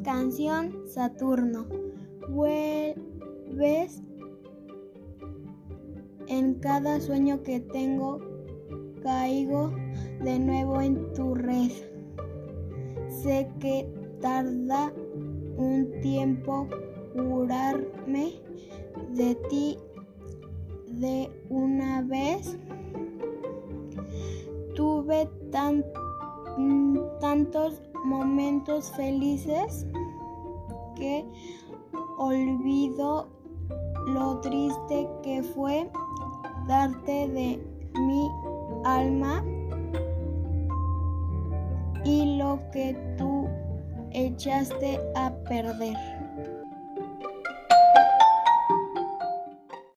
Canción Saturno. Vuelves en cada sueño que tengo, caigo de nuevo en tu red. Sé que tarda un tiempo curarme de ti de una vez. Tuve tantos momentos felices que olvido lo triste que fue darte de mi alma y lo que tú echaste a perder.